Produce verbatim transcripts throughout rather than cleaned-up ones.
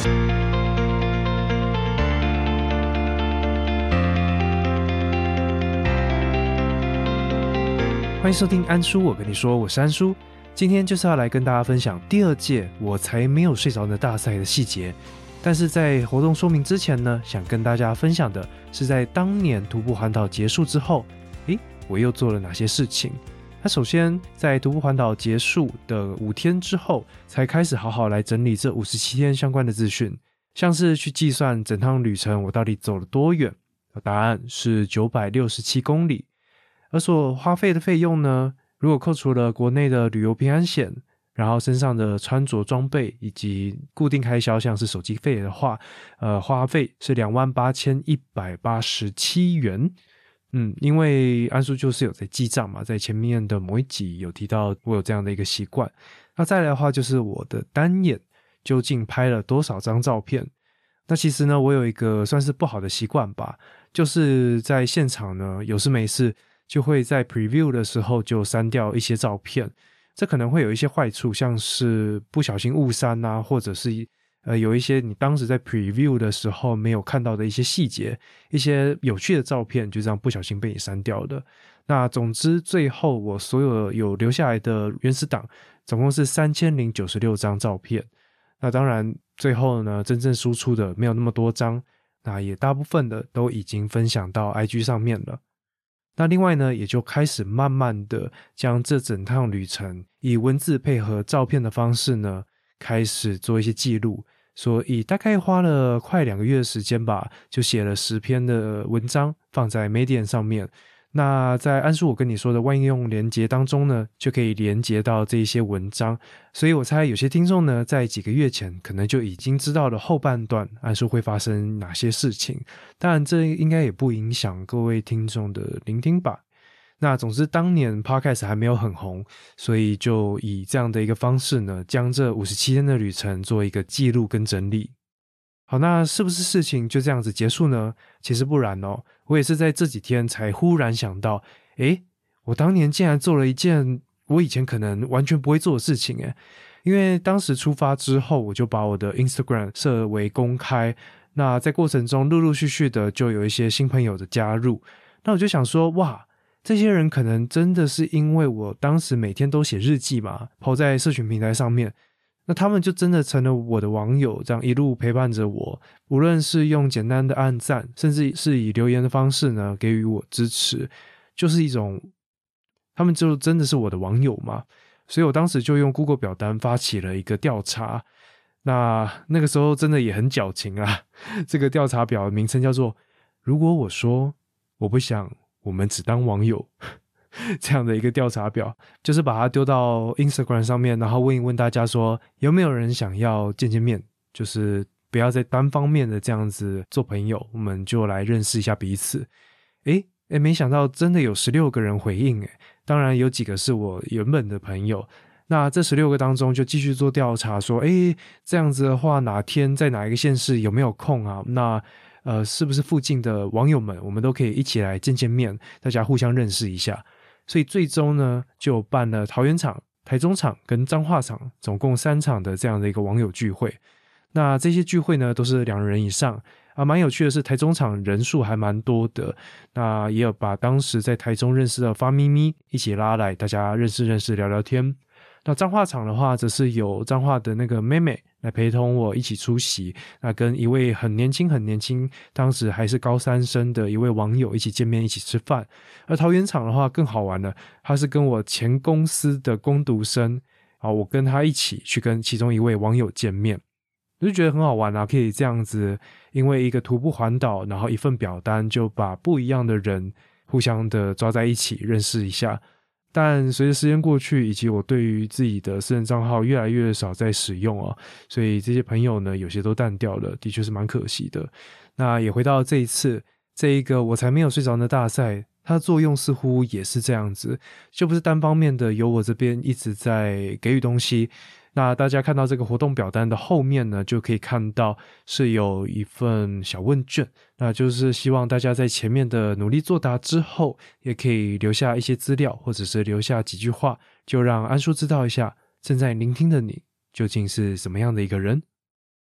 欢迎收听安叔，我跟你说，我是安叔。今天就是要来跟大家分享第二届我才没有睡着的大赛的细节。但是在活动说明之前呢，想跟大家分享的是在当年徒步环岛结束之后，诶，我又做了哪些事情。那首先在徒步环岛结束的五天之后，才开始好好来整理这五十七天相关的资讯，像是去计算整趟旅程我到底走了多远，答案是九百六十七公里。而所花费的费用呢，如果扣除了国内的旅游平安险，然后身上的穿着装备以及固定开销像是手机费的话，呃，花费是两万八千一百八十七元。嗯，因为安叔就是有在记账嘛，在前面的某一集有提到我有这样的一个习惯。那再来的话就是我的单眼究竟拍了多少张照片。那其实呢，我有一个算是不好的习惯吧，就是在现场呢有事没事就会在 preview 的时候就删掉一些照片，这可能会有一些坏处，像是不小心误删啊，或者是呃有一些你当时在 preview 的时候没有看到的一些细节，一些有趣的照片就这样不小心被你删掉了。那总之最后我所有有留下来的原始档总共是三千零九十六张照片。那当然最后呢真正输出的没有那么多张，那也大部分的都已经分享到 I G 上面了。那另外呢，也就开始慢慢的将这整趟旅程以文字配合照片的方式呢，开始做一些记录。所以大概花了快两个月的时间吧，就写了十篇的文章放在 Medium 上面。那在安叔我跟你说的万用连结当中呢，就可以连结到这一些文章。所以我猜有些听众呢，在几个月前可能就已经知道了后半段安叔会发生哪些事情。当然这应该也不影响各位听众的聆听吧。那总之当年 Podcast 还没有很红，所以就以这样的一个方式呢，将这五十七天的旅程做一个记录跟整理。好，那是不是事情就这样子结束呢？其实不然哦，我也是在这几天才忽然想到，诶，我当年竟然做了一件我以前可能完全不会做的事情诶。因为当时出发之后，我就把我的 Instagram 设为公开，那在过程中陆陆续续的就有一些新朋友的加入，那我就想说，哇，这些人可能真的是因为我当时每天都写日记嘛，po在社群平台上面，那他们就真的成了我的网友，这样一路陪伴着我，无论是用简单的按赞，甚至是以留言的方式呢给予我支持，就是一种他们就真的是我的网友嘛。所以我当时就用 Google 表单发起了一个调查，那那个时候真的也很矫情啊，这个调查表的名称叫做如果我说我不想我们只当网友这样的一个调查表，就是把它丢到 Instagram 上面，然后问一问大家说有没有人想要见见面，就是不要再单方面的这样子做朋友，我们就来认识一下彼此。诶诶，没想到真的有十六个人回应诶，当然有几个是我原本的朋友。那这十六个当中就继续做调查说，诶，这样子的话哪天在哪一个县市有没有空啊？那呃，是不是附近的网友们我们都可以一起来见见面，大家互相认识一下。所以最终呢就办了桃园场、台中场跟彰化场总共三场的这样的一个网友聚会。那这些聚会呢都是两人以上啊，蛮有趣的是台中场人数还蛮多的，那也有把当时在台中认识的发咪咪一起拉来，大家认识认识聊聊天。那彰化场的话则是有彰化的那个妹妹来陪同我一起出席，那跟一位很年轻很年轻当时还是高三生的一位网友一起见面一起吃饭。而桃园场的话更好玩了，他是跟我前公司的工读生，啊，我跟他一起去跟其中一位网友见面，我就觉得很好玩啊，可以这样子因为一个徒步环岛，然后一份表单就把不一样的人互相的抓在一起认识一下。但随着时间过去，以及我对于自己的私人账号越来越少在使用啊，所以这些朋友呢有些都淡掉了，的确是蛮可惜的。那也回到这一次这一个我才没有睡着的大赛，它的作用似乎也是这样子，就不是单方面的由我这边一直在给予东西。那大家看到这个活动表单的后面呢，就可以看到是有一份小问卷，那就是希望大家在前面的努力作答之后，也可以留下一些资料，或者是留下几句话，就让安叔知道一下正在聆听的你究竟是什么样的一个人。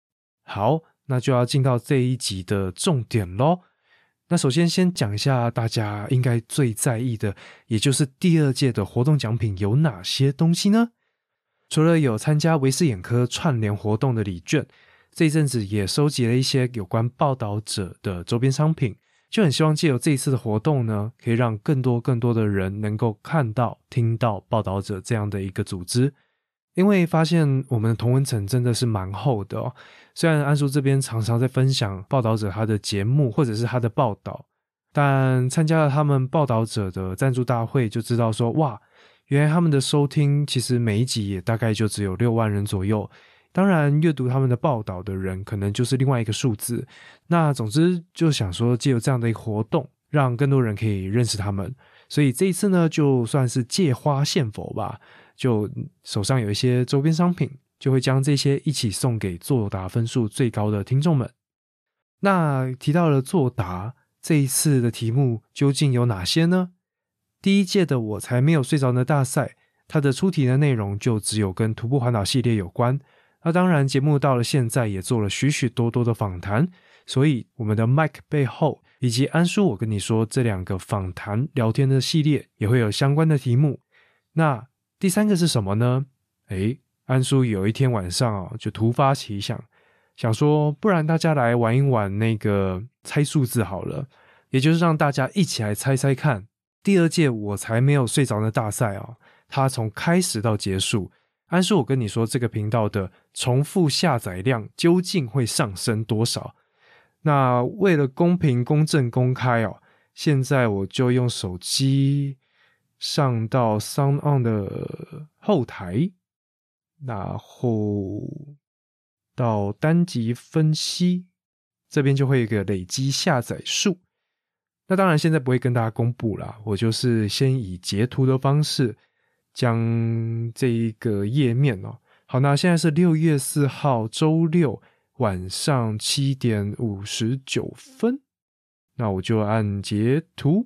好，那就要进到这一集的重点咯。那首先先讲一下大家应该最在意的，也就是第二届的活动奖品有哪些东西呢？除了有参加维视眼科串联活动的礼券，这一阵子也收集了一些有关报道者的周边商品，就很希望借由这一次的活动呢，可以让更多更多的人能够看到听到报道者这样的一个组织。因为发现我们的同温层真的是蛮厚的哦，虽然安叔这边常常在分享报道者他的节目或者是他的报道，但参加了他们报道者的赞助大会就知道说，哇，原来他们的收听其实每一集也大概就只有六万人左右，当然阅读他们的报道的人可能就是另外一个数字。那总之就想说借由这样的一个活动，让更多人可以认识他们，所以这一次呢就算是借花献佛吧，就手上有一些周边商品，就会将这些一起送给作答分数最高的听众们。那提到了作答，这一次的题目究竟有哪些呢？第一届的我才没有睡着呢大赛，它的出题的内容就只有跟徒步环岛系列有关。那当然节目到了现在也做了许许多多的访谈，所以我们的 mic 背后以及安叔我跟你说这两个访谈聊天的系列也会有相关的题目。那第三个是什么呢？诶，安叔有一天晚上哦，就突发奇想，想说不然大家来玩一玩那个猜数字好了，也就是让大家一起来猜猜看，第二届我才没有睡着的大赛哦，它从开始到结束，安叔我跟你说这个频道的重复下载量究竟会上升多少。那为了公平公正公开哦，现在我就用手机上到 SoundOn 的后台，然后到单集分析，这边就会有一个累积下载数。那当然现在不会跟大家公布啦，我就是先以截图的方式将这一个页面哦。好，那现在是六月四号周六晚上七点五十九分，那我就按截图。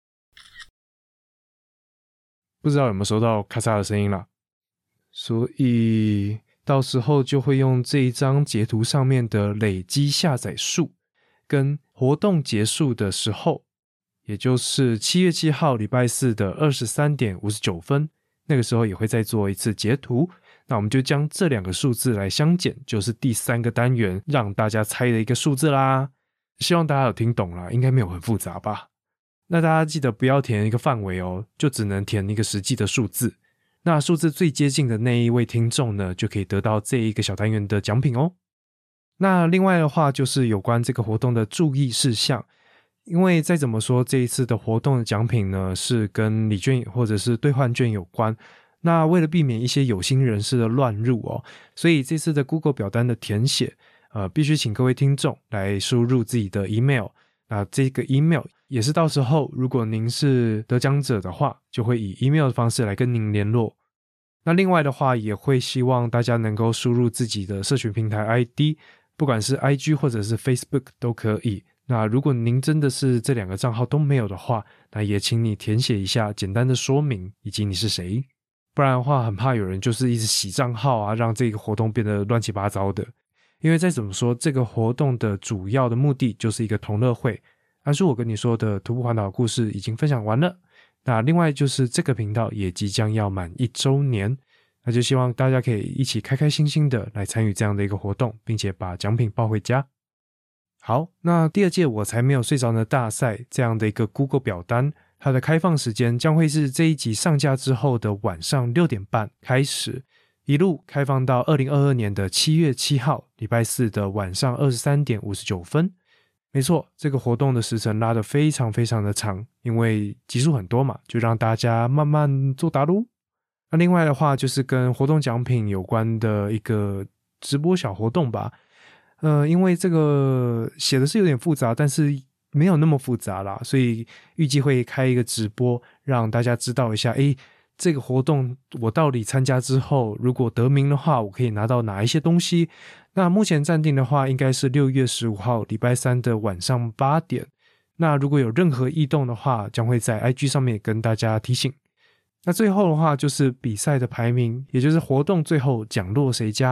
不知道有没有收到咔嚓的声音啦，所以到时候就会用这一张截图上面的累积下载数跟活动结束的时候，也就是七月七号礼拜四的二十三点五十九分，那个时候也会再做一次截图。那我们就将这两个数字来相减，就是第三个单元让大家猜的一个数字啦。希望大家有听懂啦，应该没有很复杂吧。那大家记得不要填一个范围哦，就只能填一个实际的数字。那数字最接近的那一位听众呢，就可以得到这一个小单元的奖品哦。那另外的话就是有关这个活动的注意事项，因为再怎么说这一次的活动的奖品呢是跟礼券或者是兑换券有关，那为了避免一些有心人士的乱入哦，所以这次的 Google 表单的填写呃，必须请各位听众来输入自己的 email， 那这个 email 也是到时候如果您是得奖者的话，就会以 email 的方式来跟您联络。那另外的话也会希望大家能够输入自己的社群平台 I D， 不管是 I G 或者是 Facebook 都可以。那如果您真的是这两个账号都没有的话，那也请你填写一下简单的说明以及你是谁，不然的话很怕有人就是一直洗账号啊，让这个活动变得乱七八糟的。因为再怎么说这个活动的主要的目的就是一个同乐会，安叔我跟你说的徒步环岛的故事已经分享完了，那另外就是这个频道也即将要满一周年，那就希望大家可以一起开开心心的来参与这样的一个活动，并且把奖品抱回家。好，那第二届我才没有睡着呢大赛这样的一个 Google 表单，它的开放时间将会是这一集上架之后的晚上六点半开始，一路开放到二零二二年的七月七号礼拜四的晚上二十三点五十九分。没错，这个活动的时程拉得非常非常的长，因为集数很多嘛，就让大家慢慢作答咯。那另外的话就是跟活动奖品有关的一个直播小活动吧。呃，因为这个写的是有点复杂，但是没有那么复杂啦，所以预计会开一个直播，让大家知道一下，诶，这个活动我到底参加之后，如果得名的话，我可以拿到哪一些东西。那目前暂定的话，应该是六月十五号礼拜三的晚上八点。那如果有任何异动的话，将会在 I G 上面跟大家提醒。那最后的话就是比赛的排名，也就是活动最后奖落谁家，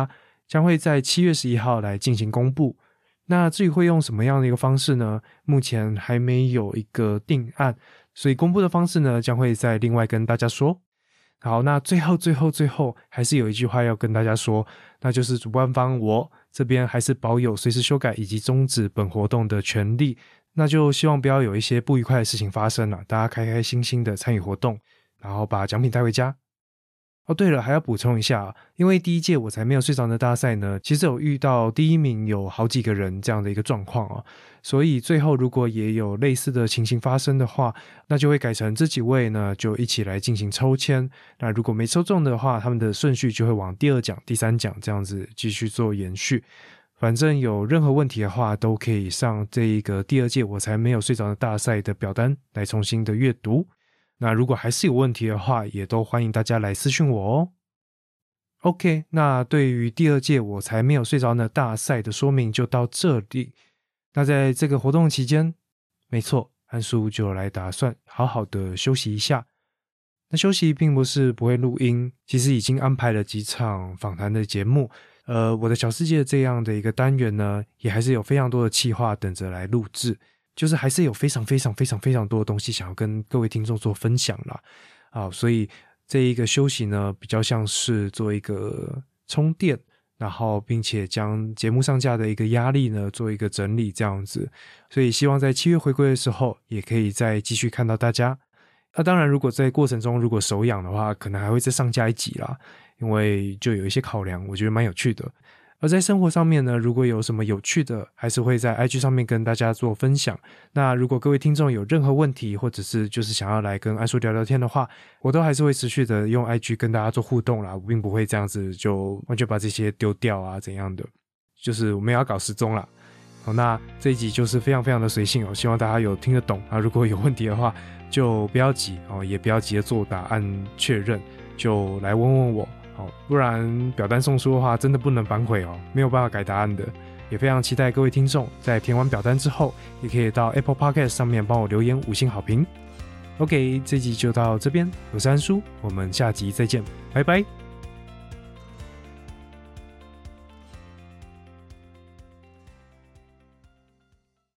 将会在七月十一号来进行公布。那至于会用什么样的一个方式呢？目前还没有一个定案，所以公布的方式呢，将会再另外跟大家说。好，那最后最后最后还是有一句话要跟大家说，那就是主办方我这边还是保有随时修改以及终止本活动的权利，那就希望不要有一些不愉快的事情发生了，大家开开心心的参与活动，然后把奖品带回家。哦，对了，还要补充一下，因为第一届我才没有睡着的大赛呢，其实有遇到第一名有好几个人这样的一个状况哦，所以最后如果也有类似的情形发生的话，那就会改成这几位呢就一起来进行抽签，那如果没抽中的话，他们的顺序就会往第二奖、第三奖这样子继续做延续。反正有任何问题的话，都可以上这一个第二届我才没有睡着的大赛的表单来重新的阅读。那如果还是有问题的话，也都欢迎大家来私讯我哦。OK， 那对于第二届我才没有睡着呢大赛的说明就到这里。那在这个活动期间，没错，安叔就来打算好好的休息一下。那休息并不是不会录音，其实已经安排了几场访谈的节目。呃，我的小世界这样的一个单元呢，也还是有非常多的企划等着来录制。就是还是有非常非常非常非常多的东西想要跟各位听众做分享啦，啊，所以这一个休息呢，比较像是做一个充电，然后并且将节目上架的一个压力呢做一个整理这样子，所以希望在七月回归的时候，也可以再继续看到大家。那当然，如果在过程中如果手痒的话，可能还会再上架一集啦，因为就有一些考量，我觉得蛮有趣的。而在生活上面呢，如果有什么有趣的，还是会在 I G 上面跟大家做分享。那如果各位听众有任何问题，或者是就是想要来跟安叔聊聊天的话，我都还是会持续的用 I G 跟大家做互动啦，我并不会这样子就完全把这些丢掉啊怎样的，就是我们也要搞时钟啦。好，那这一集就是非常非常的随性哦，希望大家有听得懂啊。如果有问题的话，就不要急哦，也不要急着做答案确认，就来问问我。哦，不然表单送出的话真的不能反悔哦，没有办法改答案的。也非常期待各位听众在填完表单之后，也可以到 Apple Podcast 上面帮我留言五星好评。OK， 这集就到这边，我是安叔，我们下集再见，拜拜。